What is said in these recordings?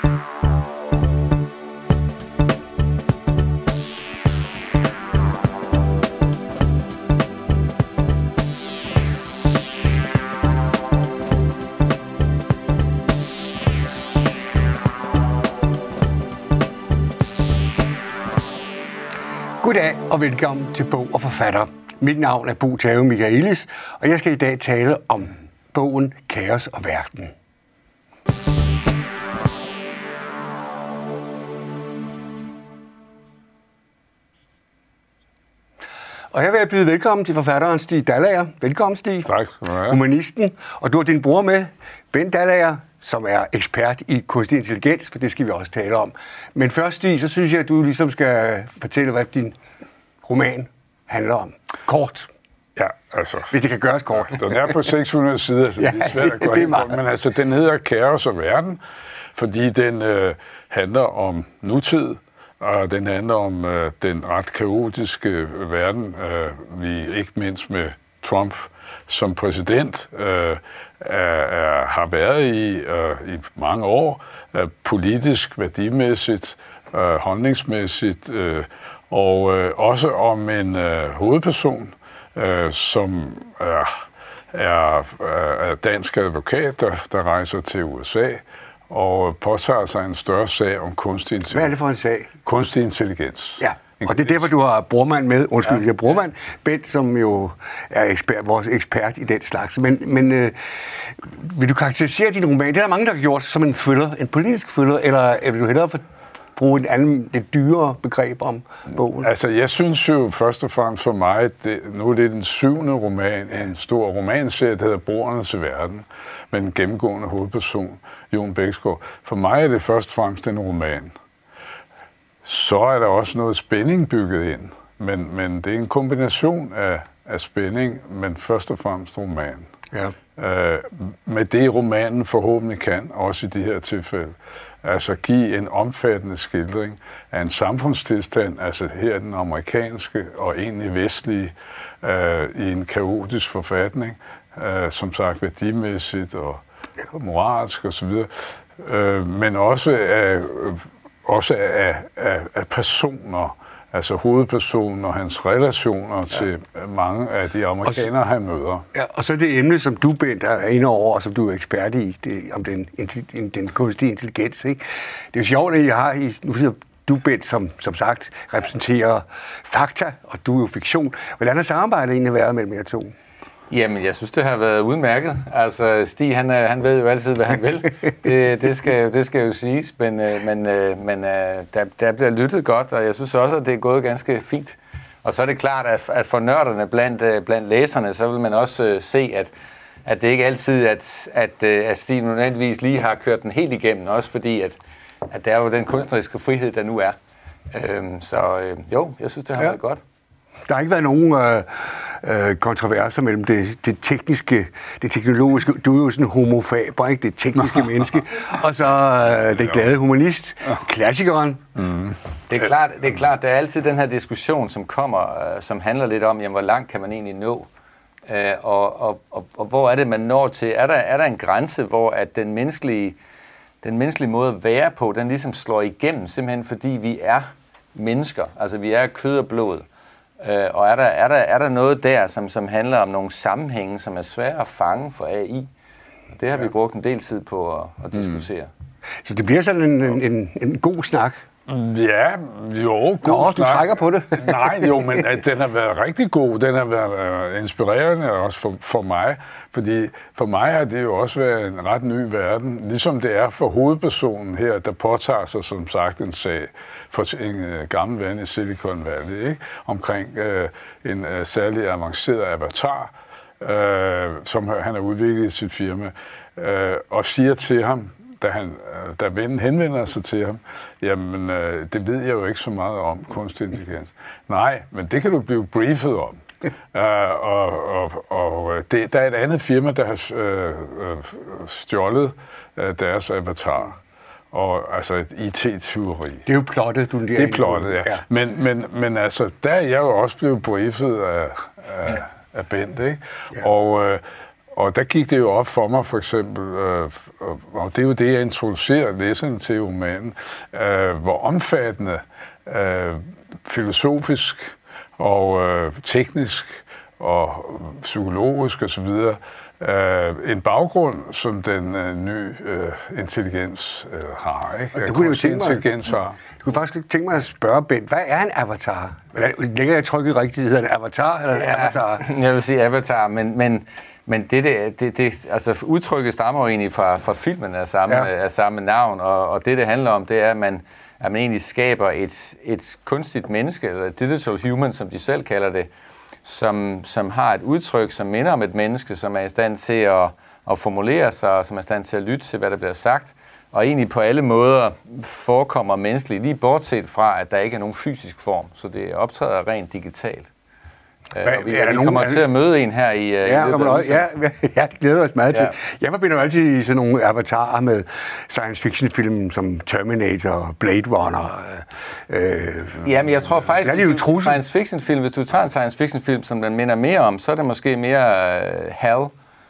Goddag og velkommen til Bog og Forfatter. Mit navn er Bo Tave Michaelis, og jeg skal i dag tale om bogen Kaos og Verden. Og her vil jeg byde velkommen til forfatteren Stig Dallager. Velkommen, Stig. Tak skal du have. Humanisten. Og du har din bror med, Bent Dallager, som er ekspert i kunstig intelligens, for det skal vi også tale om. Men først, Stig, så synes jeg, at du ligesom skal fortælle, hvad din roman handler om. Kort. Ja, altså... Hvis det kan gøres kort. Den er på 600 sider, så det er svært at gå ind på. Men altså, den hedder Kaos og Verden, fordi den handler om nutid, og den handler om den ret kaotiske verden, vi ikke mindst med Trump som præsident har været i mange år, politisk, værdimæssigt, holdningsmæssigt, og også om en hovedperson, som er dansk advokat, der rejser til USA og påtager sig en større sag om kunstig intelligens. Hvad er det for en sag? Kunstig intelligens. Ja, og det er derfor, du har brormand med, jeg brormand, Bent, som jo er vores ekspert i den slags. Men vil du karakterisere din roman? Det er der mange, der har gjort som en thriller, en politisk thriller, eller vil du hellere bruge et andet, lidt dyrere begreb om bogen? Altså, jeg synes jo først og fremmest for mig, nu er det den 7. roman, en stor romanserie, der hedder Broerne til Verden, med en gennemgående hovedperson, Jon Bæksgaard. For mig er det først og fremmest en roman. Så er der også noget spænding bygget ind, men det er en kombination af spænding, men først og fremmest roman. Ja. Med det romanen forhåbentlig kan, også i de her tilfælde, altså give en omfattende skildring af en samfundstilstand, altså her den amerikanske og egentlig vestlige, i en kaotisk forfatning, som sagt værdimæssigt og moralsk osv., men også af personer, altså hovedpersonen og hans relationer til mange af de amerikanere, han møder. Ja, og så det emne, som du, Bent, er inde over, og som du er ekspert i, det, om den kunstige intelligens. Ikke? Det er jo sjovt, at jeg har, nu siger du, Bent, som sagt, repræsenterer fakta, og du er jo fiktion. Hvordan har samarbejdet egentlig været mellem jer to? Jamen, jeg synes, det har været udmærket. Altså, Stig, han ved jo altid, hvad han vil. Det skal jo siges, men der bliver lyttet godt, og jeg synes også, at det er gået ganske fint. Og så er det klart, at for nørderne blandt læserne, så vil man også se, at det ikke altid at Stig nødvendigvis lige har kørt den helt igennem, også fordi, at der er jo den kunstneriske frihed, der nu er. Jo, jeg synes, det har været godt. Der har ikke været nogen kontroverser mellem det tekniske, det teknologiske. Du er jo sådan en homofaber, ikke? Det tekniske menneske. Og så den glade humanist, klassikeren. Mm. Det er klart, der er altid den her diskussion, som kommer, som handler lidt om, jamen, hvor langt kan man egentlig nå? Og hvor er det, man når til? Er der en grænse, hvor at den menneskelige måde at være på, den ligesom slår igennem, simpelthen fordi vi er mennesker, altså vi er kød og blod. Og er der noget der, som handler om nogle sammenhænge, som er svære at fange for AI? Det har vi brugt en del tid på at diskutere. Så det bliver sådan en god snak? Ja, jo, god snak. Du trækker på det. Nej, jo, men den har været rigtig god. Den har været inspirerende også for mig. Fordi for mig har det jo også været en ret ny verden. Ligesom det er for hovedpersonen her, der påtager sig som sagt en sag for en gammel ven i Silicon Valley, ikke? Omkring en særlig avanceret avatar, som han har udviklet i sit firma, og siger til ham, da vennen henvender sig til ham, jamen, det ved jeg jo ikke så meget om, kunstig intelligens. Nej, men det kan du blive briefet om. Der er et andet firma, der har stjålet deres avatar. Og altså et IT-tyveri. Det er jo plottet, du Det er plottet, ja. Men altså, der er jeg jo også blevet briefet af Bent, ikke? Ja. Og der gik det jo op for mig, for eksempel, og det er jo det, jeg introducerer læserne til romanen, hvor omfattende filosofisk og teknisk og psykologisk osv. En baggrund, som den nye intelligens har. Ikke? Du kunne jo tænke Du kunne faktisk tænke mig at spørge Bent, hvad er en avatar? Lægger jeg trykket rigtigt, hedder det avatar eller en avatar? Jeg vil sige avatar, men altså udtrykket stammer jo egentlig fra filmen af samme navn, og det handler om, det er, at man egentlig skaber et kunstigt menneske, eller digital human, som de selv kalder det, som har et udtryk, som minder om et menneske, som er i stand til at formulere sig, og som er i stand til at lytte til, hvad der bliver sagt, og egentlig på alle måder forekommer menneskeligt, lige bortset fra, at der ikke er nogen fysisk form, så det optræder rent digitalt. Vi kommer til at møde en her i jeg glæder os meget til. Jeg forbinder jo altid sådan nogle avatarer med science fiction film som Terminator, Blade Runner. Jamen, jeg tror faktisk, science fiction film, hvis du tager en science fiction film, som den minder mere om, så er det måske mere HAL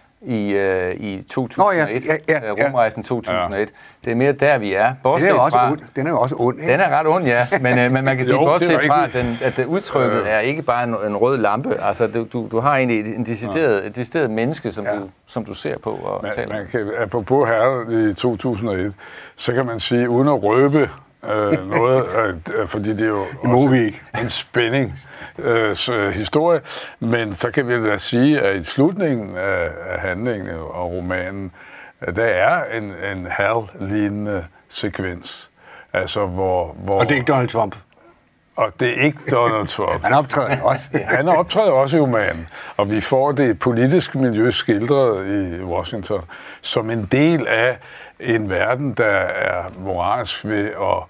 i 2001, Rumrejsen 2001. Det er mere der, vi er. Den er jo også ond. Den er ret ond, ja. Men man kan sige, bortset fra, at udtrykket er ikke bare en rød lampe. Altså, du har egentlig en decideret menneske, som du ser på og taler. Man kan, apropos her i 2001, så kan man sige, uden at røbe noget, fordi det er jo også en spænding historie, men så kan vi da sige, at i slutningen af handlingen og romanen, der er en HAL-lignende sekvens. Altså, hvor... Og det er ikke Donald Trump? Og det er ikke Donald Trump. Han optræder også. Han optræder også i romanen, og vi får det politiske miljø skildret i Washington som en del af en verden, der er moralsk ved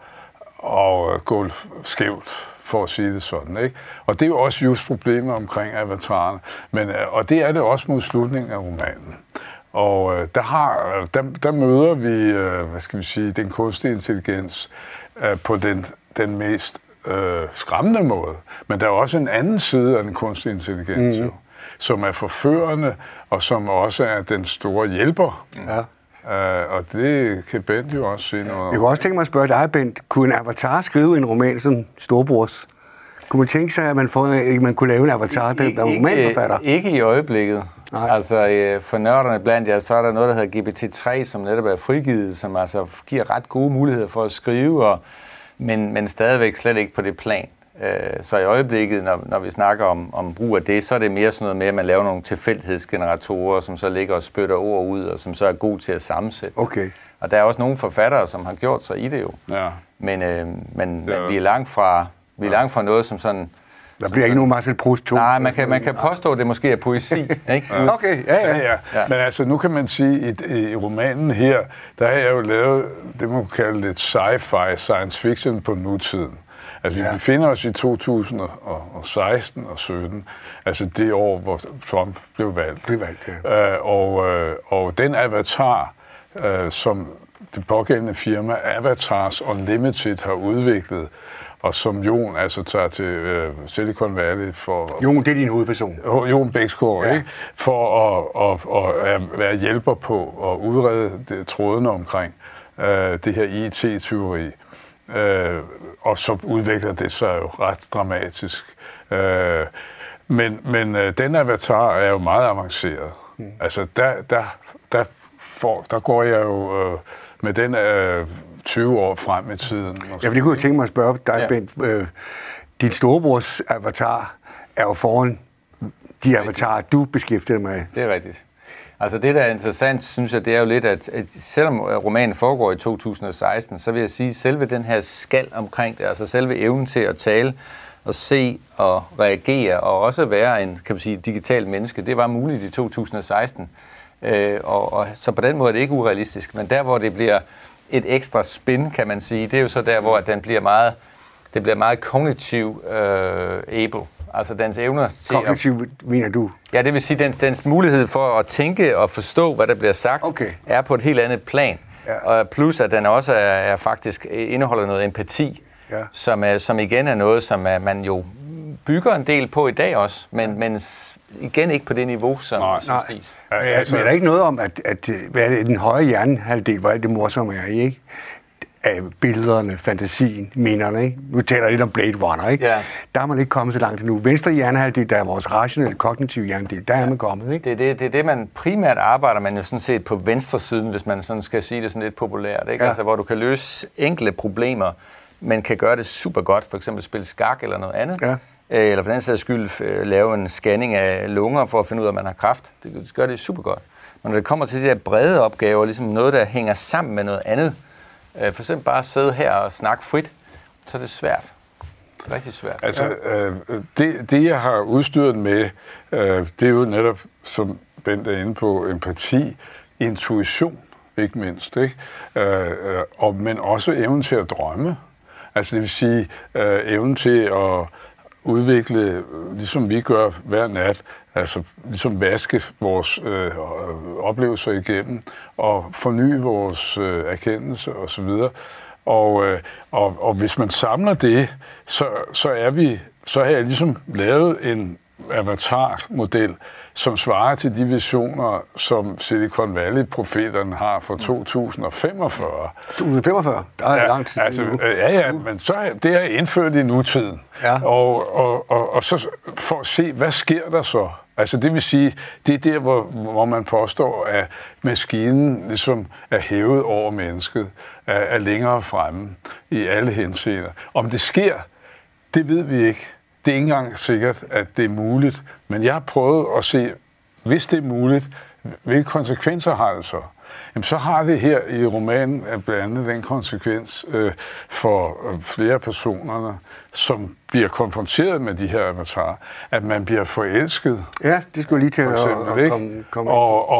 at gå skævt, for at sige det sådan, ikke? Og det er jo også just problemet omkring avatarerne, og det er det også mod slutningen af romanen. Og der møder vi, hvad skal vi sige, den kunstige intelligens på den mest skræmmende måde. Men der er også en anden side af den kunstige intelligens, som er forførende, og som også er den store hjælper. Ja. Og det kan Bent jo også sige noget om. Jeg kunne også tænke mig at spørge dig, Bent. Kunne en avatar skrive en roman som Storbrors? Kunne man tænke sig, at man kunne lave en avatar, der er romanforfatter? Ikke i øjeblikket. Nej. Altså for nørderne blandt jer, så er der noget, der hedder GPT-3, som netop er frigivet, som altså giver ret gode muligheder for at skrive, men stadigvæk slet ikke på det plan. Så i øjeblikket, når vi snakker om brug af det, så er det mere sådan noget med, at man laver nogle tilfældighedsgeneratorer, som så ligger og spytter ord ud, og som så er god til at sammensætte. Okay. Og der er også nogle forfattere, som har gjort sig i det jo. Ja. Men vi er langt fra noget som sådan... Der bliver ikke nogen Marcel Proust 2. Nej, man kan påstå, at det måske er poesi. Ikke? Okay, ja. Men altså, nu kan man sige, i romanen her, der har jeg jo lavet, det man kan kalde lidt sci-fi, science fiction på nutiden. Altså, vi befinder os i 2016 og 17, altså det år, hvor Trump blev valgt. Og den avatar, som det pågældende firma Avatars Unlimited har udviklet, og som Jon altså tager til Silicon Valley for... Jon, det er din hovedperson. Jon Bæksgaard, ikke? For at være hjælper på at udrede trådene omkring det her IT-tyveri. Og så udvikler det sig jo ret dramatisk. Men den avatar er jo meget avanceret. Altså, der går jeg jo med den 20 år frem i tiden. Ja, for det kunne jeg tænke mig at spørge dig, Bent. Dit storebrors avatar er jo foran de avatarer, du beskæftiger dig med. Det er rigtigt. Altså det, der er interessant, synes jeg, det er jo lidt, at selvom romanen foregår i 2016, så vil jeg sige, at selve den her skal omkring det, altså selve evnen til at tale og se og reagere og også være en, kan man sige, digital menneske, det var muligt i 2016. Og så på den måde er det ikke urealistisk, men der, hvor det bliver et ekstra spin, kan man sige, det er jo så der, hvor det bliver meget kognitiv able. Altså dens evner til kognitiv, mener du? Ja, det vil sige, dens mulighed for at tænke og forstå, hvad der bliver sagt, er på et helt andet plan. Ja. Og plus, at den også er faktisk indeholder noget empati, som igen er noget, som man jo bygger en del på i dag også, men igen ikke på det niveau, som Stis. Men er der ikke noget om, at hvad er det, den høje hjernehalvdel, hvor alt det morsomme er i, ikke? Af billederne, fantasien, minderne, ikke? Nu taler jeg lidt om Blade Runner, ikke? Ja. Der er man ikke kommet så langt endnu. Venstre hjernehalvdel, der er vores rationelle, kognitive hjernehalvdel, der er man kommet, ikke? Det er det, man primært arbejder, man jo sådan set på venstre siden, hvis man sådan skal sige det sådan lidt populært, ikke? Ja. Altså, hvor du kan løse enkle problemer, men kan gøre det super godt, for eksempel spille skak eller noget andet. Ja. Eller for den sags skyld lave en scanning af lunger for at finde ud af, om man har kræft. Det gør det super godt. Men når det kommer til de der brede opgaver, ligesom noget, der hænger sammen med noget andet, for eksempel bare sidde her og snakke frit, så er det svært. Det er rigtig svært. Altså, det jeg har udstyret med, det er jo netop, som Bent er inde på, empati, intuition, ikke mindst, ikke? Men også evnen til at drømme. Altså det vil sige, evnen til at udvikle, ligesom vi gør hver nat, altså ligesom vaske vores oplevelser igennem og forny vores erkendelse osv. Og hvis man samler det, så har jeg ligesom lavet en avatar-model, som svarer til de visioner, som Silicon Valley-profeterne har for 2045. 2045? Der er langt til men så det er indført i nutiden. Ja. Og så for at se, hvad sker der så? Altså det vil sige, det er der, hvor man påstår, at maskinen ligesom er hævet over mennesket, er længere fremme i alle henseender. Om det sker, det ved vi ikke. Det er ikke engang sikkert, at det er muligt, men jeg har prøvet at se, hvis det er muligt, hvilke konsekvenser har det så? Jamen, så har det her i romanen blandt andet den konsekvens for flere personerne, som bliver konfronteret med de her avatarer, at man bliver forelsket. Ja, det skulle lige til at komme.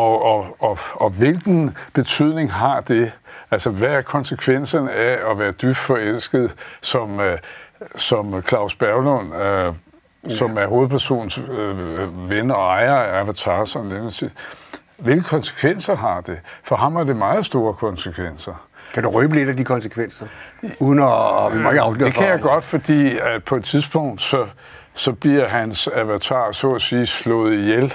Og hvilken betydning har det? Altså, hvad er konsekvensen af at være dybt forelsket, som Claus Berglund, som er hovedpersonens ven og ejer af Avatar, sådan lidt sige. Hvilke konsekvenser har det? For ham er det meget store konsekvenser. Kan du røbe lidt af de konsekvenser? Uden at det kan jeg godt, fordi at på et tidspunkt, så bliver hans avatar, så at sige, slået ihjel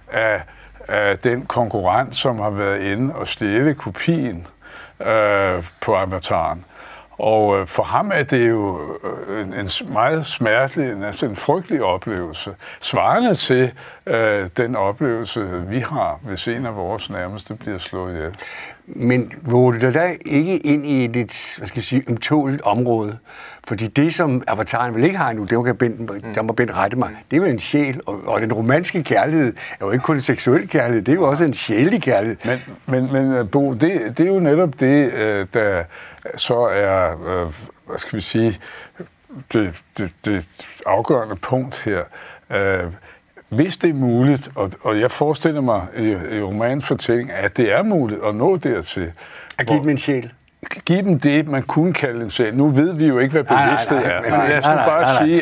af den konkurrent, som har været inde og stjæle kopien på avataren. Og for ham er det jo en meget smertelig, altså en frygtelig oplevelse, svarende til den oplevelse, vi har, hvis en af vores nærmeste bliver slået ihjel. Men våger du da ikke ind i et, ømtåligt område? Fordi det, som avataren vel ikke har nu, det må Bent rette mig, det er vel en sjæl, og den romantiske kærlighed er jo ikke kun en seksuel kærlighed, det er jo også en sjælelig kærlighed. Men Bo, det er jo netop det, der så er, det afgørende punkt her. Hvis det er muligt, og jeg forestiller mig i romanens fortælling, at det er muligt at nå dertil. At give dem en sjæl? Give dem det, man kunne kalde en sjæl. Nu ved vi jo ikke, hvad bevidsthed er. Men jeg skulle bare sige,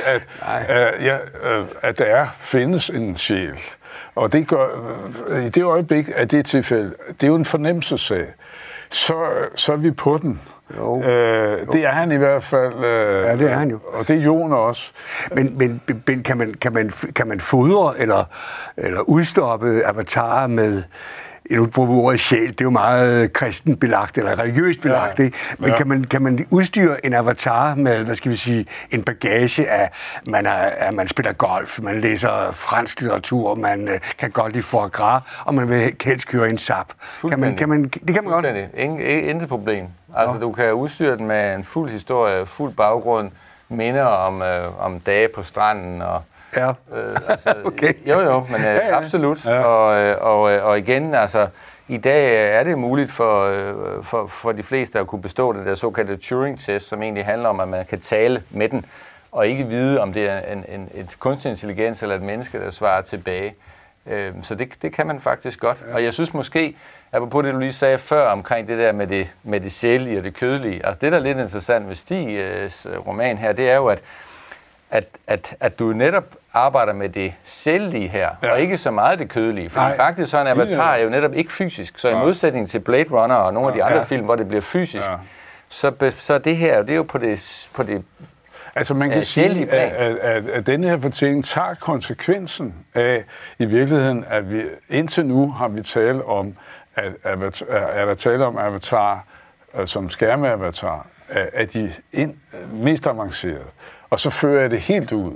at der findes en sjæl. Og det gør, i det øjeblik, at det er tilfælde, det er jo en fornemmelsessag. Så er vi på den. Det er han i hvert fald. Ja, det er han jo. Og det er Jon også. Men kan man fodre eller udstoppe avatarer med, nu bruger vi ordet sjæl, det er jo meget kristent belagt eller religiøst belagt, ikke? Men kan man udstyre en avatar med, en bagage af, at man spiller golf, man læser fransk litteratur, man kan godt lide foie gras, og man vil helst køre en sap. Det kan man godt. Intet problem. Altså, du kan udstyre den med en fuld historie, fuld baggrund, minder om dage på stranden og okay. Jo, men absolut. Ja. Og igen, altså, i dag er det muligt for de fleste at kunne bestå det der såkaldte Turing-test, som egentlig handler om, at man kan tale med den, og ikke vide, om det er et kunstig intelligens eller et menneske, der svarer tilbage. Så det kan man faktisk godt. Og jeg synes måske, apropos det, du lige sagde før, omkring det der med det sjælelige og det kødelige, altså det, der er lidt interessant ved Stigs roman her, det er jo, at du netop arbejder med det sjælelige her, og ikke så meget det kødelige. Fordi faktisk så en avatar er jo netop ikke fysisk. Så i modsætning til Blade Runner og nogle af de andre film, hvor det bliver fysisk, så det her, det er jo på det Altså man kan sige, at denne her fortælling tager konsekvensen af i virkeligheden, at vi indtil nu har vi talt om, at der tale om avatar som skærmeavatar, af de mest avancerede. Og så fører jeg det helt ud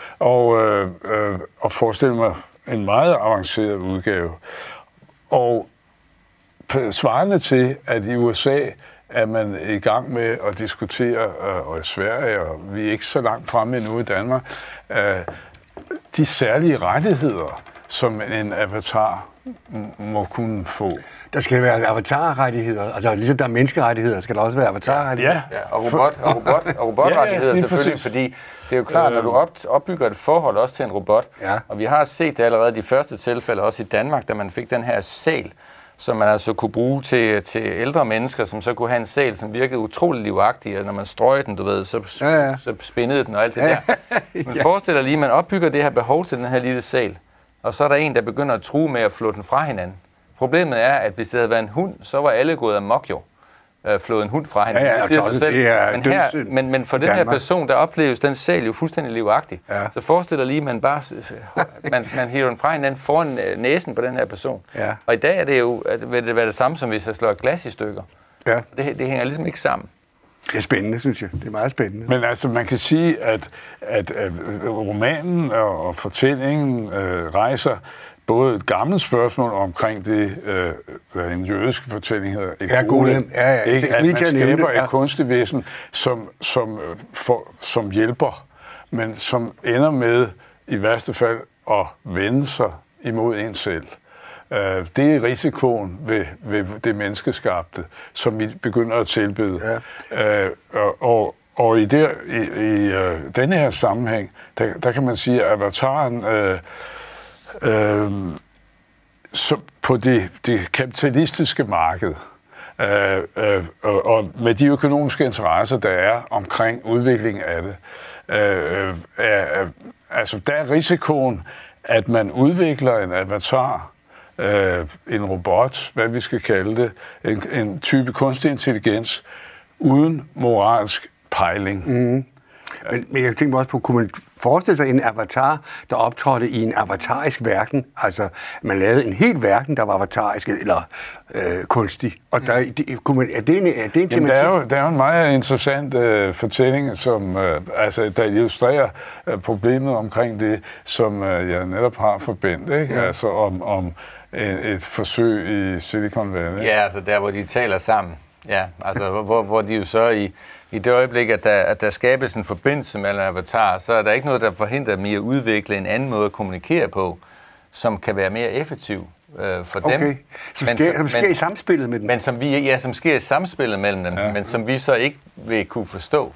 og forestiller mig en meget avanceret udgave. Og svarende til, at i USA er man i gang med at diskutere, og i Sverige, og vi er ikke så langt fremme endnu i Danmark, de særlige rettigheder, som en avatar må kunne få. Der skal være avatarrettigheder, altså ligesom der er menneskerettigheder, skal der også være avatarrettigheder. Ja. Og robotrettigheder selvfølgelig, fordi det er jo klart, når du opbygger et forhold også til en robot, og vi har set det allerede de første tilfælde, også i Danmark, da man fik den her sæl, som man altså kunne bruge til ældre mennesker, som så kunne have en sæl, som virkede utrolig livagtig, og når man strøg den, du ved, så spændede den og alt det der. Men forestil dig lige, at man opbygger det her behov til den her lille sæl, og så er der en, der begynder at true med at flå den fra hinanden. Problemet er, at hvis det havde været en hund, så var alle gået amok jo. Flået en hund fra hinanden. Ja, det siger sig selv. Men for den her person, der opleves den sæl jo fuldstændig livagtig. Ja. Så forestil dig lige, at man bare man hiver den fra hinanden foran næsen på den her person. Ja. Og i dag er det jo, vil det være det samme, som hvis jeg slår et glas i stykker. Ja. Det hænger ligesom ikke sammen. Det er spændende, synes jeg. Det er meget spændende. Men altså, man kan sige, at romanen og fortællingen rejser både et gammelt spørgsmål omkng det, en jødiske fortælling hedder Golem, ikke? At man skaber et kunstigt væsen, som hjælper, men som ender med i værste fald at vende sig imod en selv. Det er risikoen ved det menneskeskabte, som vi begynder at tilbede. Ja. Og i denne her sammenhæng, der kan man sige, at avataren så på det kapitalistiske marked og med de økonomiske interesser, der er omkring udviklingen af det, altså der er risikoen, at man udvikler en avatar, en robot, hvad vi skal kalde det, en type kunstig intelligens, uden moralsk pejling. Mm. Men jeg tænker også på, kunne man forestille sig en avatar, der optrådte i en avatarisk verden? Altså, man lavede en hel verden, der var avatarisk eller kunstig. Og der, er det en tematik? Der er jo en meget interessant fortælling, som der illustrerer problemet omkring det, som jeg netop har forbandt, ikke? Ja. Altså om et forsøg i Silicon Valley. Ja, altså der, hvor de taler sammen. Ja, altså hvor de jo så i det øjeblik, at der skabes en forbindelse mellem avatar, så er der ikke noget, der forhindrer dem i at udvikle en anden måde at kommunikere på, som kan være mere effektiv for dem. Som sker i samspillet med dem. Men som sker i samspillet mellem dem, men som vi så ikke vil kunne forstå.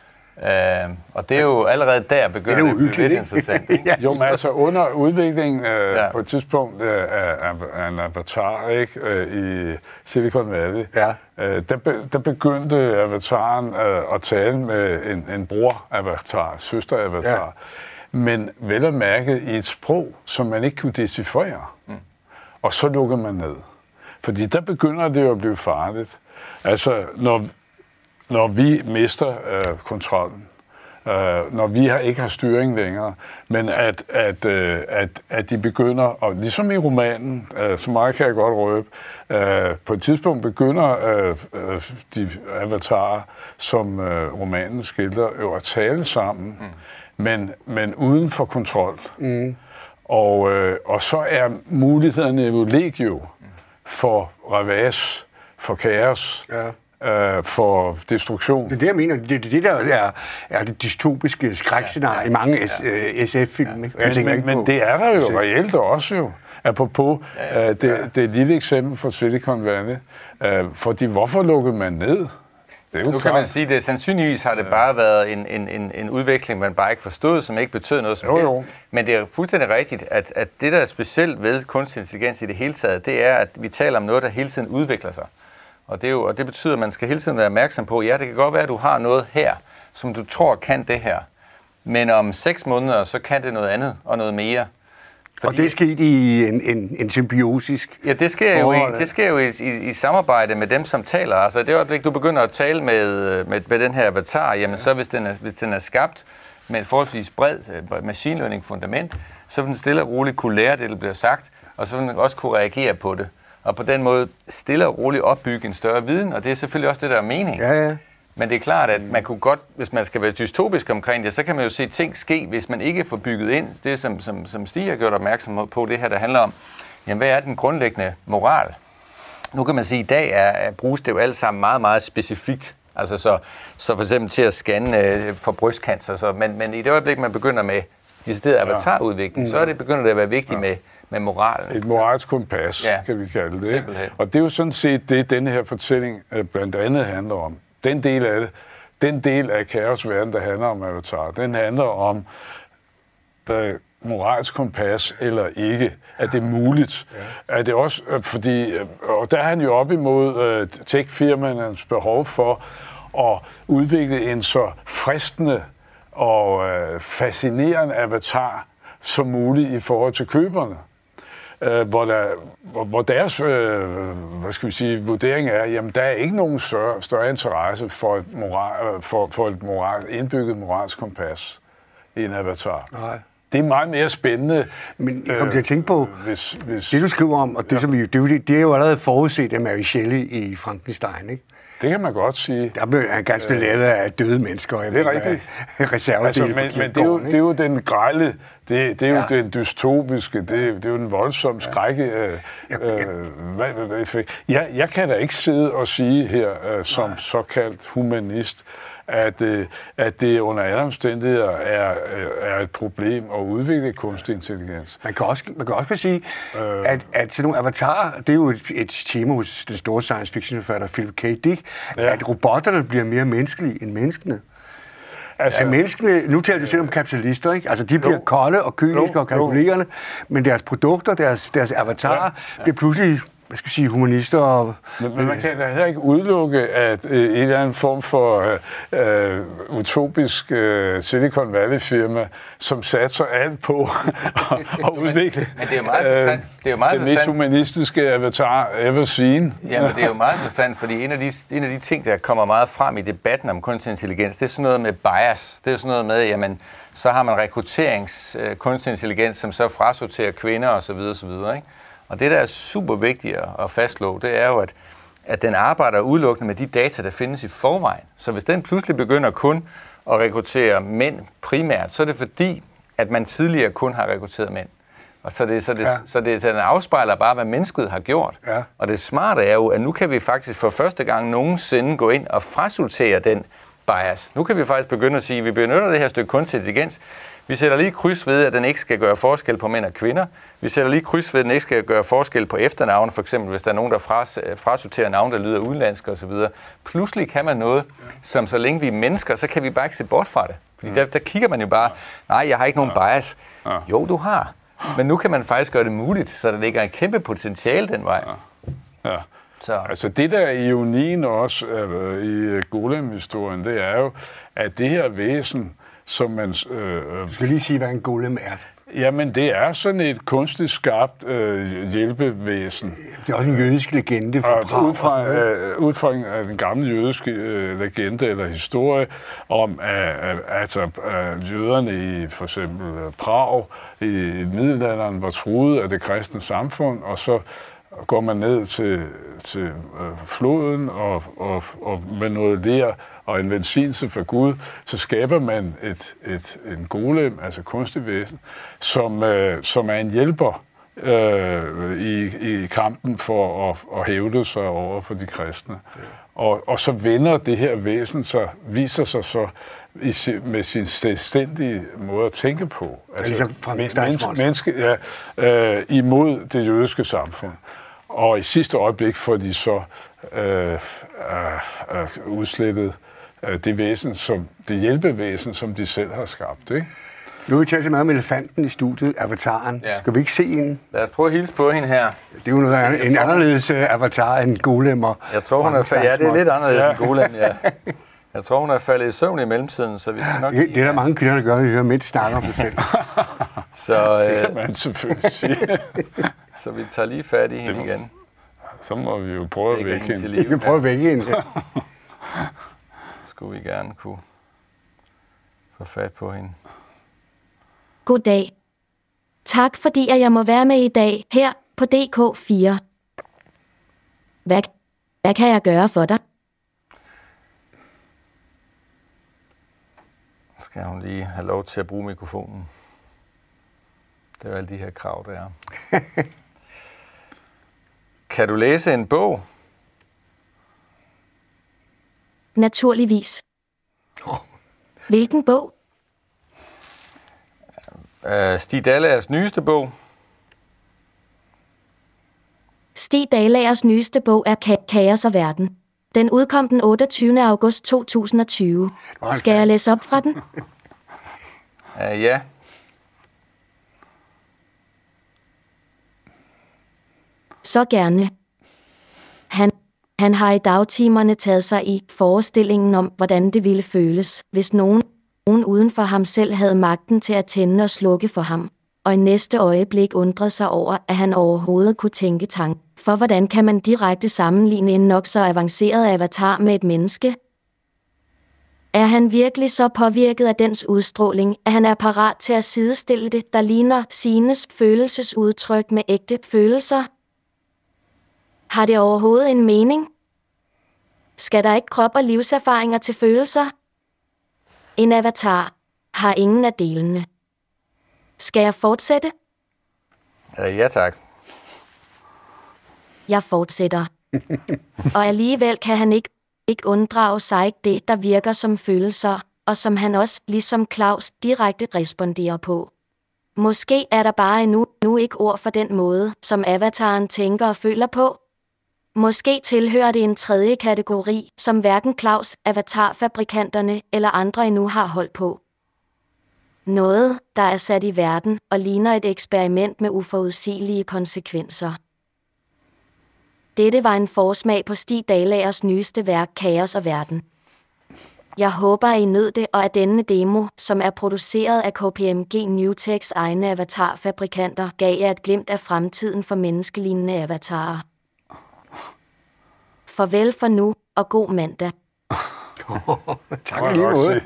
Og det er jo allerede der begynder det at blive lidt interessant. Ikke? Jo, men altså under udviklingen på et tidspunkt af en avatar, ikke, i Silicon Valley, der begyndte avataren at tale med en bror-avatar, søster-avatar, men vel at mærke i et sprog, som man ikke kunne decifrere. Mm. Og så lukker man ned. Fordi der begynder det jo at blive farligt. Altså, når vi mister kontrollen, når vi ikke har styring længere, men at de begynder, og ligesom i romanen, så meget kan jeg godt røbe, på et tidspunkt begynder de avatarer, som romanen skildrer, jo at tale sammen, men uden for kontrol. Mm. Og så er mulighederne jo legio for ravage, for kaos, for destruktion. Det er det, jeg mener. Det der er det dystopiske skrækscenarie i mange SF-film. Men det er der jo reelt også jo. Apropos det lille eksempel fra Silicon Valley. Fordi hvorfor lukkede man ned? Nu kan man sige, at sandsynligvis har det bare været en udvikling, man bare ikke forstod, som ikke betød noget som helst. Men det er fuldstændig rigtigt, at det, der er specielt ved kunstig intelligens i det hele taget, det er, at vi taler om noget, der hele tiden udvikler sig. Og det betyder, at man skal hele tiden være opmærksom på, ja, det kan godt være, at du har noget her, som du tror kan det her. Men om 6 måneder, så kan det noget andet og noget mere. Og det er sket i en symbiosisk... Ja, det sker jo i samarbejde med dem, som taler. Altså det øjeblik, du begynder at tale med den her avatar, jamen så hvis den er skabt med et forholdsvis bredt machine learning fundament, så vil den stille og roligt kunne lære det, der bliver sagt, og så vil den også kunne reagere på det. Og på den måde stille og roligt opbygge en større viden, og det er selvfølgelig også det, der er mening. Ja. Men det er klart, at man kunne godt, hvis man skal være dystopisk omkring det, så kan man jo se ting ske, hvis man ikke får bygget ind. Det, som Stig har gjort opmærksom på, det her, der handler om, jamen, hvad er den grundlæggende moral? Nu kan man sige, at i dag bruges det jo alt sammen meget, meget specifikt. Altså så for eksempel til at scanne for brystcancer. Men i det øjeblik, man begynder med decideret avatarudvikling, så begynder det at være vigtigt med moralen. Et moralsk kompas, kan vi kalde det. Simpelthen. Og det er jo sådan set det, denne her fortælling blandt andet handler om. Den del af kaos verden, der handler om avatar, den handler om moralsk kompas eller ikke. Er det muligt? Ja. Er det også, fordi, og der er han jo op imod tech-firmaernes behov for at udvikle en så fristende og fascinerende avatar som muligt i forhold til køberne. Hvor deres vurdering er, jamen der er ikke nogen større interesse for et indbygget moralsk kompas i en avatar. Nej. Det er meget mere spændende. Men jeg kom til at tænke på, hvis det du skriver om, og det, som det er jo allerede forudset af Mary Shelley i Frankenstein, ikke? Det kan man godt sige. Der blev ganske lavet af døde mennesker. Det er rigtigt. Reservedele men det er jo den grelle, det er jo den dystopiske, det er jo den voldsomme skrække. Jeg kan da ikke sidde og sige her, som såkaldt humanist, at det under alle omstændigheder er et problem at udvikle kunstig intelligens. Man kan også sige, at sådan nogle avatarer, det er jo et tema hos den store science fiction forfatter Philip K. Dick, at robotterne bliver mere menneskelige end menneskene. Altså menneskene, nu taler du selv om kapitalister, ikke? Altså de bliver kolde og kyniske og kalkulerende, men deres produkter, deres avatarer, bliver pludselig humanister og... Men man kan da heller ikke udelukke, at en eller anden form for utopisk Silicon Valley-firma, som satser alt på at udvikle men det er jo meget interessant. Det er jo meget den mest humanistiske avatar ever seen. Jamen, det er jo meget interessant, fordi en af de ting, der kommer meget frem i debatten om kunstig intelligens, det er sådan noget med bias. Det er sådan noget med, jamen, så har man kunstig intelligens, som så frasorterer kvinder osv. ikke? Og det, der er super vigtigt at fastslå, det er jo, at den arbejder udelukkende med de data, der findes i forvejen. Så hvis den pludselig begynder kun at rekruttere mænd primært, så er det fordi, at man tidligere kun har rekrutteret mænd. Og så den afspejler bare, hvad mennesket har gjort. Ja. Og det smarte er jo, at nu kan vi faktisk for første gang nogensinde gå ind og frasortere den bias. Nu kan vi faktisk begynde at sige, at vi benytter det her stykke kunstig intelligens. Vi sætter lige kryds ved, at den ikke skal gøre forskel på mænd og kvinder. Vi sætter lige kryds ved, at den ikke skal gøre forskel på efternavn, for eksempel hvis der er nogen, der frasorterer navn, der lyder udenlandske osv. Pludselig kan man noget, som så længe vi er mennesker, så kan vi bare ikke se bort fra det. Fordi der kigger man jo bare, nej, jeg har ikke nogen bias. Jo, du har. Men nu kan man faktisk gøre det muligt, så der ligger en kæmpe potentiale den vej. Ja. Så. Altså det der ironien også i Golem-historien, det er jo, at det her væsen, som man... Du skal lige sige, hvad en golem er. Jamen, det er sådan et kunstigt skabt hjælpevæsen. Det er også en jødisk legende fra Prag. Ud fra den gamle jødiske legende eller historie om, at jøderne i for eksempel Prag i middelalderen var truet af det kristne samfund, og så går man ned til floden og med noget ler og en velsignelse fra Gud, så skaber man en golem, altså kunstig væsen, som er en hjælper i kampen for at hævde sig over for de kristne. Og så vender det her væsen viser sig så med sin selvstændige måde at tænke på. Altså menneske, imod det jødiske samfund. Og i sidste øjeblik får de så udslettet det hjælpevæsen, som de selv har skabt, ikke? Nu har vi talt så meget om elefanten i studiet, avataren. Ja. Skal vi ikke se hende? Lad os prøve at hilse på hende her. Det er jo noget en anderledes avatar end golemmer. Jeg tror, hun er det er lidt anderledes end golem, ja. Jeg tror, hun er faldet i søvn i mellemtiden, så vi skal nok... Det er der mange kvinder, der gør, at vi hører midt snakke om det selv. Så, det kan man selvfølgelig sige. Så vi tager lige fat i hende igen. Så må vi jo prøve at vække hende. Vi kan prøve at vække hende. Skulle vi gerne kunne få fat på hende. Goddag. Tak fordi jeg må være med i dag her på DK4. Hvad kan jeg gøre for dig? Skal hun lige have lov til at bruge mikrofonen? Det er jo alle de her krav, der er. Kan du læse en bog? Naturligvis. Hvilken bog? Stig Dahlegers nyeste bog. Stig Dahlagers nyeste bog er Kaos og Verden. Den udkom den 28. august 2020. Skal jeg læse op fra den? Ja. Så gerne. Han har i dagtimerne taget sig i forestillingen om, hvordan det ville føles, hvis nogen uden for ham selv havde magten til at tænde og slukke for ham, og i næste øjeblik undrede sig over, at han overhovedet kunne tænke tanken. For hvordan kan man direkte sammenligne en nok så avanceret avatar med et menneske? Er han virkelig så påvirket af dens udstråling, at han er parat til at sidestille det, der ligner sines følelsesudtryk med ægte følelser? Har det overhovedet en mening? Skal der ikke krop og livserfaringer til følelser? En avatar har ingen af delene. Skal jeg fortsætte? Ja, tak. Jeg fortsætter. Og alligevel kan han ikke unddrage sig det, der virker som følelser, og som han også, ligesom Claus, direkte responderer på. Måske er der bare endnu ikke ord for den måde, som avataren tænker og føler på. Måske tilhører det en tredje kategori, som hverken Claus, avatarfabrikanterne eller andre endnu har holdt på. Noget, der er sat i verden og ligner et eksperiment med uforudsigelige konsekvenser. Dette var en forsmag på Stig Dahlagers nyeste værk Kaos og Verden. Jeg håber, at I nød det, og at denne demo, som er produceret af KPMG Newtechs egne avatarfabrikanter, gav jer et glimt af fremtiden for menneskelignende avatarer. Farvel for nu, og god mandag. Tak lige måde.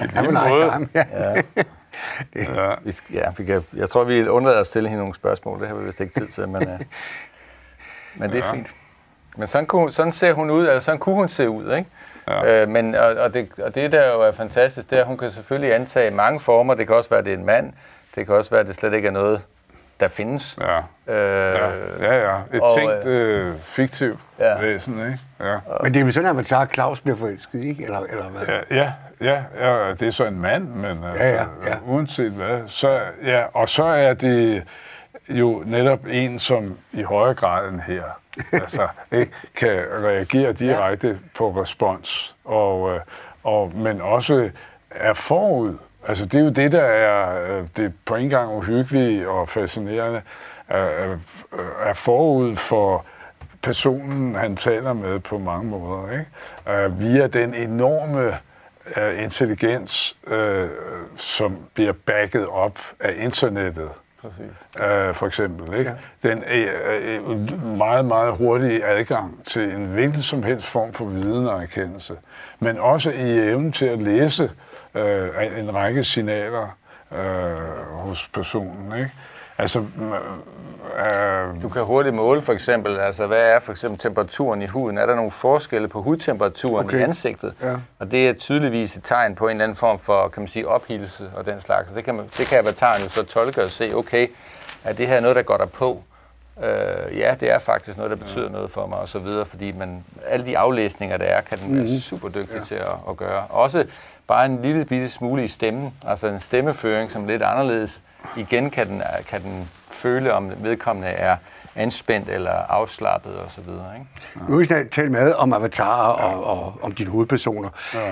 Jeg tror, vi undlader at stille hende nogle spørgsmål. Det har vi vist ikke tid til, men det er fint. Men sådan ser hun ud, eller sådan kunne hun se ud, ikke? Ja. Det der jo er fantastisk, det er, at hun kan selvfølgelig antage mange former. Det kan også være, at det er en mand. Det kan også være, at det slet ikke er noget, der findes. Ja. Et tænkt fiktivt væsen, ikke? Ja. Men det er jo sådan, at man tager Claus bliver forelsket, ikke? Eller hvad? Ja, det er så en mand, men uanset hvad. Så er det jo netop en, som i højere grad end her, ikke kan reagere direkte på respons, men også er forud. Altså det er jo det, der er det på en gang uhyggelige og fascinerende, er forud for personen, han taler med på mange måder, ikke? Via den enorme intelligens, som bliver backet op af internettet. For eksempel, ikke? Ja. Den meget, meget hurtige adgang til en hvilken som helst form for viden og erkendelse, men også i evnen til at læse en række signaler hos personen, ikke? Altså, du kan hurtigt måle for eksempel, altså hvad er for eksempel temperaturen i huden? Er der nogle forskelle på hudtemperaturen i ansigtet? Ja. Og det er tydeligvis et tegn på en eller anden form for, kan man sige, ophildelse og den slags. Det kan avataren jo så tolke og se, okay, er det her noget, der går der på? Ja, det er faktisk noget, der betyder noget for mig, og så videre, fordi alle de aflæsninger, der er, kan den være super dygtig til at gøre. Også bare en lille bitte smule i stemmen, altså en stemmeføring, som er lidt anderledes. Igen kan den føle, om vedkommende er anspændt eller afslappet og så videre, ikke? Nu har vi talt meget om avatarer og om dine hovedpersoner. Ja.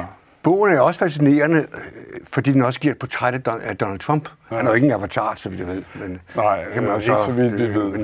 Bogen er også fascinerende, fordi den også giver et portræt af Donald Trump. Ja. Han er jo ikke en avatar, så vidt jeg ved. Men nej, kan man ikke så vidt vi ved.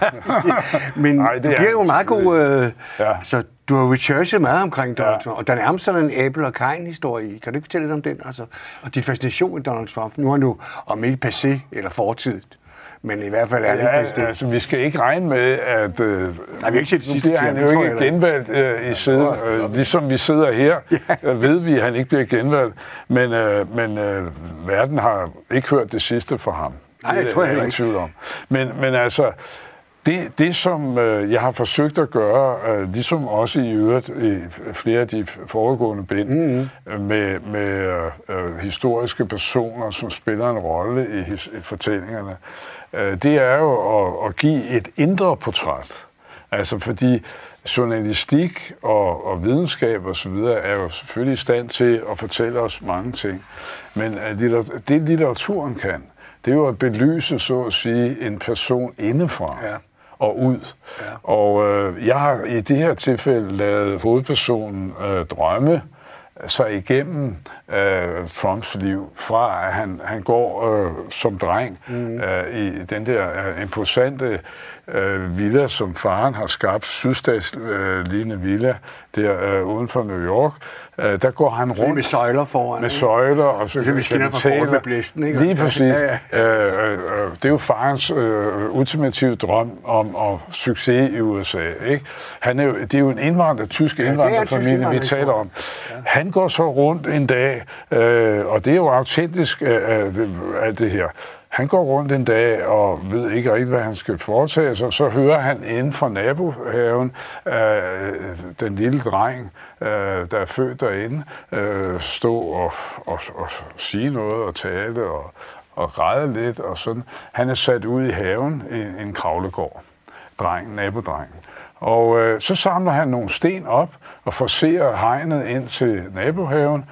Men nej, du giver jo meget god... Så du har researchet meget omkring Donald Trump, og der er nærmest sådan en Abel og Kain-historie i. Kan du ikke fortælle lidt om den? Altså, og din fascination med Donald Trump. Nu er han jo om ikke passé eller fortid, men i hvert fald er det ikke bestemt. Altså, vi skal ikke regne med, at nej, vi har ikke set sidste han jo ikke genvalgt i siden. Ligesom vi sidder her, ved vi, at han ikke bliver genvalgt. Men verden har ikke hørt det sidste fra ham. Nej, jeg tror heller ikke. Tvivl om. Men altså, det som jeg har forsøgt at gøre, ligesom også i øvrigt i flere af de foregående bind, med historiske personer, som spiller en rolle i fortællingerne, det er jo at give et indre portræt. Altså fordi journalistik og videnskab og så videre er jo selvfølgelig i stand til at fortælle os mange ting. Men det litteraturen kan, det er jo at belyse, så at sige, en person indefra og ud. Ja. Og jeg har i det her tilfælde lavet hovedpersonen drømme sig igennem Trumps liv, fra at han går som dreng i den der imposante villa, som faren har skabt, sydstatslignende villa, der uden for New York. Der går han rundt med søjler foran. Med søjler, og så vi skinner fra bordet med blæsten, ikke? Lige præcis. Det er jo farens ultimative drøm om succes i USA, ikke? Det er jo en tysk indvandrerfamilie, vi taler om. Ja. Han går så rundt en dag, og det er jo autentisk af det her. Han går rundt en dag og ved ikke rigtig, hvad han skal foretage sig. Så hører han inden fra nabohaven den lille dreng, der er født derinde, stå og sige noget og tale og græde lidt og sådan. Han er sat ud i haven i en kravlegård, nabodrengen. Og så samler han nogle sten op og forcerer hegnet ind til nabohaven.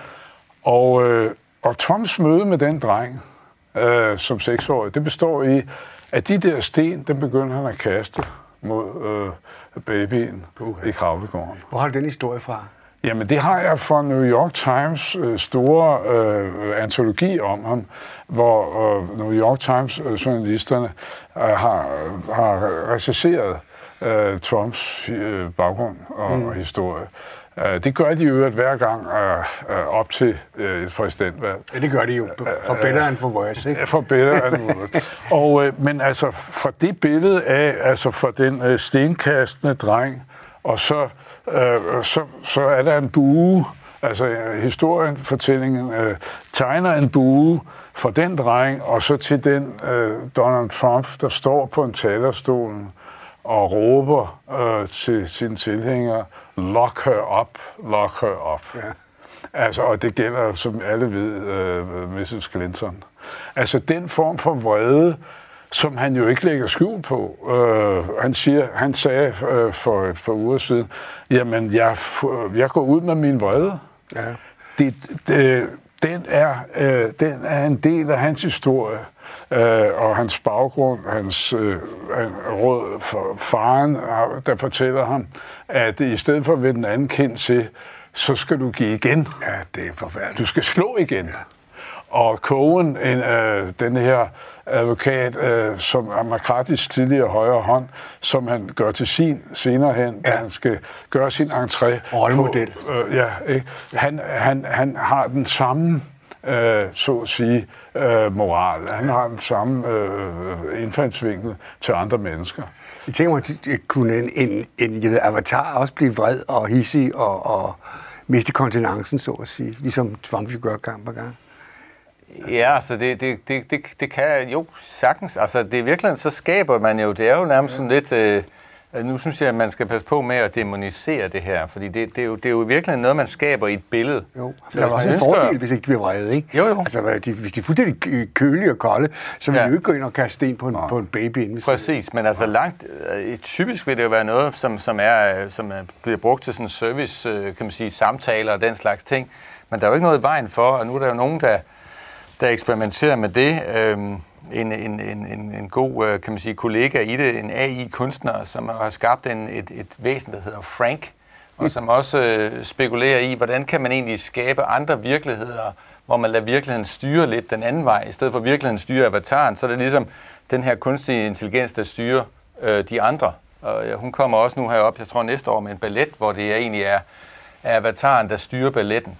Og Toms møde med den dreng, som 6-årig, det består i, at de der sten, den begynder han at kaste mod babyen i kravlegården. Hvor har du den historie fra? Jamen, det har jeg fra New York Times store antologi om ham, hvor New York Times journalisterne har recenseret Trumps baggrund og historie. Det gør de jo hver gang op til et præsidentvalg. Ja, det gør de jo. For better and for worse, ikke? For better and worse. Men altså, fra det billede af, altså fra den stenkastende dreng, og så er der en bue, altså historien, fortællingen, tegner en bue fra den dreng, og så til den Donald Trump, der står på en talerstol og råber til sine tilhængere, lock her up, lock her up. Ja. Altså, og det gælder, som alle ved, Mrs. Clinton. Altså, den form for vrede, som han jo ikke lægger skjul på. Han sagde for et par uger siden, jamen, jeg går ud med min vrede. Ja. Den er en del af hans historie. Og hans baggrund, hans råd for faren, der fortæller ham, at i stedet for at vende den anden kind til, så skal du give igen. Ja, det er forfærdeligt. Du skal slå igen. Ja. Og Cohen, den her advokat, som er McCarthy's tidligere højre hånd, som han gør til sin senere hen, da han skal gøre sin entré. Rollemodel. Han har den samme så at sige, moral. Han har den samme indfaldsvinkel til andre mennesker. Jeg tænker mig, at kunne en avatar også blive vred og hissig og miste kontinensen, så at sige, ligesom Trump gør gang på gang. Ja, altså det kan jo sagtens. Altså det virkelig så skaber man jo, det er jo nærmest sådan lidt... Nu synes jeg, at man skal passe på med at demonisere det her, fordi det er jo virkelig noget, man skaber i et billede. Jo, så der er også en fordel, hvis ikke de bliver vrede, ikke? Jo. Altså, hvis de er fuldstændig kølige og kolde, så vil de jo ikke gå ind og kaste sten på en baby inden. Præcis, men altså typisk vil det jo være noget, som bliver brugt til sådan service, kan man sige, samtaler og den slags ting. Men der er jo ikke noget i vejen for, og nu er der jo nogen, der eksperimenterer med det. En god, kan man sige, kollega i det, en AI-kunstner, som har skabt et væsen, der hedder Frank, og som også spekulerer i, hvordan kan man egentlig skabe andre virkeligheder, hvor man lader virkeligheden styre lidt den anden vej. I stedet for virkeligheden styre avataren, så er det ligesom den her kunstige intelligens, der styrer de andre. Og hun kommer også nu herop, jeg tror næste år, med en ballet, hvor det egentlig er avataren, der styrer balletten.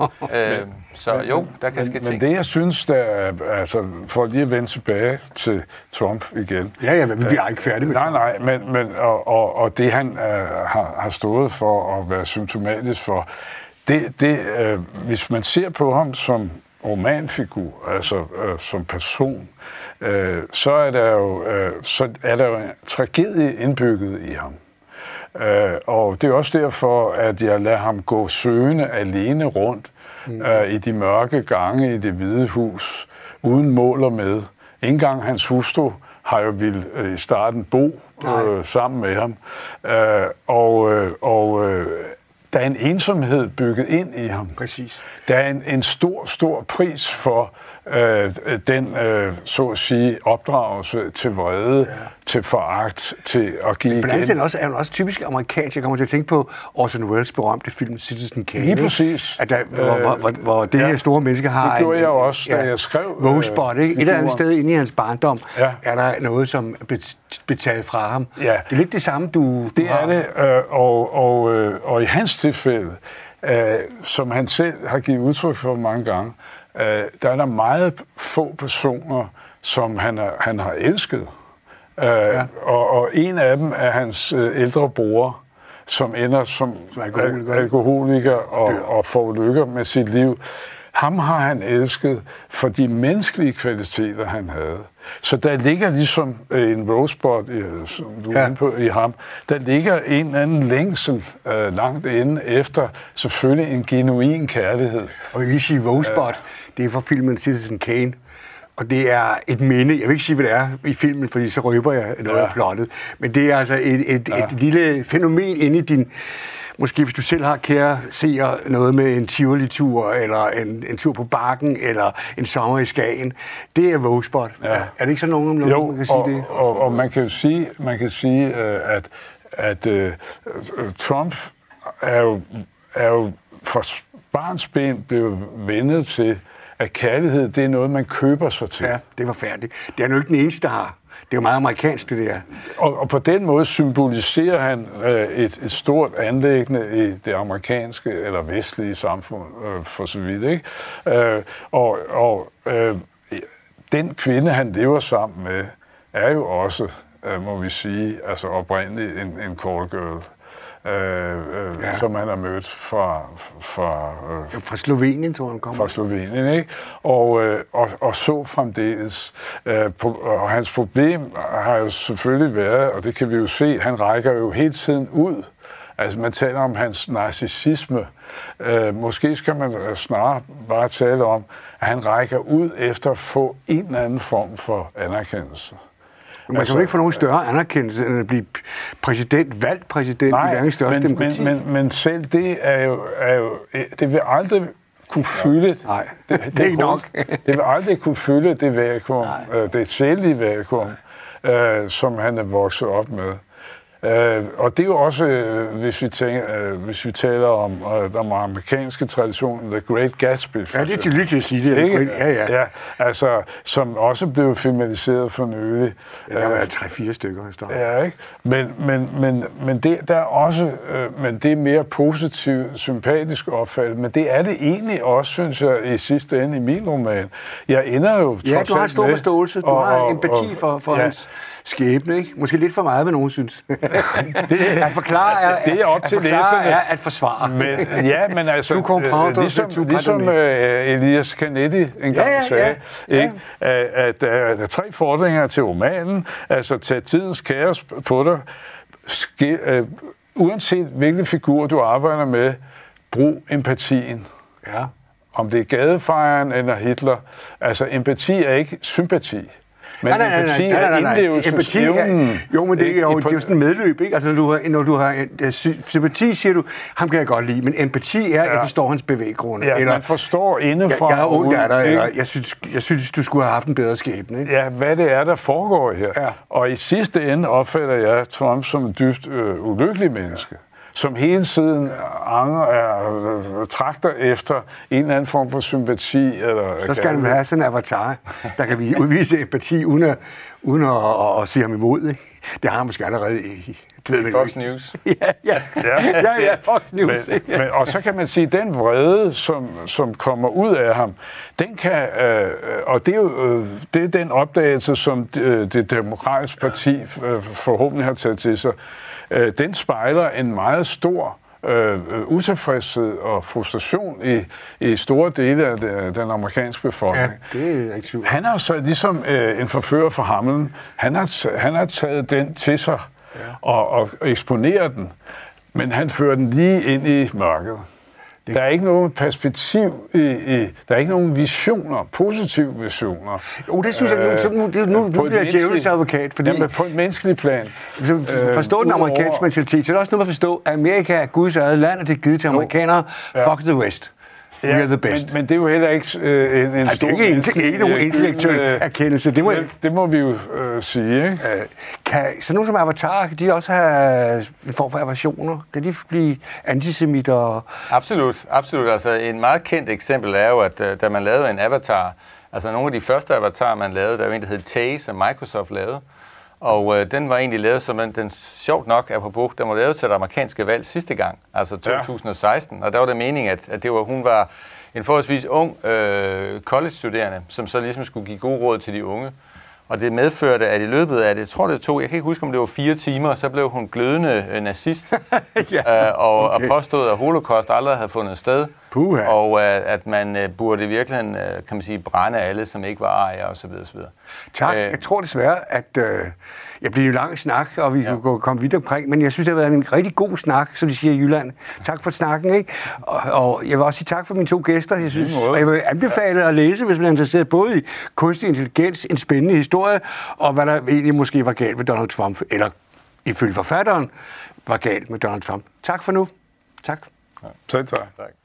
Der kan ske ting. Men det, jeg synes, der er, altså, for lige at vende tilbage til Trump igen. Ja, men vi bliver ikke færdige med Trump. Nej, og det, han har stået for at være symptomatisk for, hvis man ser på ham som romanfigur, altså som person, så er der jo en tragedie indbygget i ham. Og det er også derfor, at jeg lader ham gå søgende alene rundt i de mørke gange i Det Hvide Hus, uden mål og med. Ikke engang hans hustru har jo ville i starten bo sammen med ham. Der er en ensomhed bygget ind i ham. Præcis. Der er en stor pris for den, så at sige, opdragelse til vrede, til foragt, til at give igen. Men er han også typisk amerikansk. Jeg kommer til at tænke på Orson Welles berømte film Citizen Kane. Lige præcis. At hvor det her store menneske har... Det gjorde jeg også, da jeg skrev... Rosebud, ikke? Et eller andet sted inde i hans barndom er der noget, som blev taget fra ham. Ja. Det er lidt det samme, du har. Det er det, og i hans tilfælde, som han selv har givet udtryk for mange gange, der er der meget få personer, som han har elsket. Og en af dem er hans ældre bror, som ender som alkoholiker og får lykker med sit liv. Ham har han elsket for de menneskelige kvaliteter, han havde. Så der ligger ligesom en rosebud, som du er inde på, i ham. Der ligger en eller anden længsel langt inde efter selvfølgelig en genuin kærlighed. Og jeg vil sige rosebud, det er fra filmen Citizen Kane. Og det er et minde, jeg vil ikke sige, hvad det er i filmen, fordi så røber jeg noget af plottet. Men det er altså et lille fænomen inde i din... Måske hvis du selv har kære seer noget med en Tivoli-tur, eller en tur på Bakken, eller en sommer i Skagen. Det er Rosebud. Ja. Er det ikke sådan nogen man kan sige det? Og man kan sige, at Trump er jo fra barnsben blevet vendet til, at kærlighed, det er noget, man køber sig til. Ja, det var færdigt. Det er jo ikke den eneste, der har. Det er jo meget amerikansk, det der. Og på den måde symboliserer han et stort anliggende i det amerikanske eller vestlige samfund, for så vidt, ikke? Den kvinde, han lever sammen med, er jo også, må vi sige, altså oprindeligt en call girl. Som han har mødt fra Slovenien, tror jeg, han kommer. Fra Slovenien, ikke? Og så fremdeles. Og hans problem har jo selvfølgelig været, og det kan vi jo se, han rækker jo hele tiden ud. Altså, man taler om hans narcissisme. Måske skal man snarere bare tale om, at han rækker ud efter at få en eller anden form for anerkendelse. Man kan jo ikke få nogen større anerkendelse, end at blive valgt præsident i verdens største demokrati. Men selv det er jo det vil aldrig kunne fylde... Nej, det er ikke nok. Det vil aldrig kunne fylde det vakuum, det sjældne vakuum, som han er vokset op med. Og det er jo også, hvis vi taler om den amerikanske tradition, The Great Gatsby. Ja, det er lige til at sige det. Ja, altså, som også blev filmatiseret for nylig. Ja, der var 3-4 stykker, der står. Ja, ikke? Men det, der er også, men det er mere positivt, sympatisk opfattet, men det er det egentlig også, synes jeg, i sidste ende i min roman. Jeg ender jo du har stor forståelse, du har empati for hans skæbne, ikke? Måske lidt for meget, hvad nogen synes. At forklare det er op til læserne. Er at forsvare. Men altså, ligesom Elias Canetti engang sagde, ikke? At der er 3 fordringer til romanen. Altså, tag tidens kaos på dig. Uanset hvilken figur du arbejder med, brug empatien. Ja. Om det er gadefejeren eller Hitler. Altså, empati er ikke sympati. Men empati er indlevelsesevnen. Jo, men det er jo sådan en medløb, ikke? Altså, når du har sympati, siger du, ham kan jeg godt lide, men empati er, jeg forstår hans bevæggrunde. Ja, eller, man forstår indefra. Jeg har ondt af dig, eller jeg synes, du skulle have haft en bedre skæbne, ikke? Ja, hvad det er, der foregår her. Ja. Og i sidste ende opfatter jeg Trump som en dybt ulykkelig menneske. som hele tiden tragter efter en eller anden form for sympati. Eller, så skal han have sådan en avatar, der kan udvise empati, uden at sige ham imod. Ikke? Det har han måske allerede i Fox News. ja, Fox News. Og så kan man sige, at den vrede, som kommer ud af ham, den kan, og det er jo det er den opdagelse, som det demokratiske parti forhåbentlig har taget til sig, den spejler en meget stor utilfredshed og frustration i store dele af den amerikanske befolkning. Ja, det er ikke sygt. Han er så ligesom en forfører for Hamlen. Han har taget den til sig og eksponerer den, men han fører den lige ind i mørket. Der er ikke nogen perspektiv, der er ikke nogen visioner, positive visioner. Jo, det synes jeg, nu bliver jeg djævelens advokat, fordi... Jamen, på et menneskeligt plan. Forstå den amerikanske mentalitet, så er det også noget at forstå, at Amerika er Guds eget land, og det er givet til amerikanere. Fuck the West. We are the best. Men det er jo heller ikke en stor... Det er ikke nogen intellektuel erkendelse. Det må vi jo sige, ikke? Kan så nogen som Avatar, kan de også have en form for aversioner? Kan de blive antisemitter? Absolut. Altså, en meget kendt eksempel er jo, at da man lavede en Avatar, altså nogle af de første Avatarer, man lavede, der var en, der hed Tay, som Microsoft lavede, og den var egentlig lavet som den sjovt nok, apropos, den var lavet til det amerikanske valg sidste gang, altså 2016, og der var det meningen, at hun var en forholdsvis ung college-studerende, som så ligesom skulle give gode råd til de unge. Og det medførte, at i løbet af det, jeg kan ikke huske, om det var 4 timer, så blev hun glødende nazist, og påstod, at Holocaust aldrig havde fundet sted, og at man burde i virkeligheden, kan man sige, brænde alle, som ikke var arier, osv. Tak. Jeg tror desværre, at jeg bliver en lang snak, og vi kan komme videre omkring, men jeg synes, det har været en rigtig god snak, som de siger i Jylland. Tak for snakken, ikke? Og jeg vil også sige tak for mine 2 gæster. Jeg synes, og jeg vil anbefale at læse, hvis man er interesseret både i kunstig intelligens, en spændende historie, og hvad der egentlig måske var galt med Donald Trump, eller ifølge forfatteren var galt med Donald Trump. Tak for nu. Tak. Selv tak.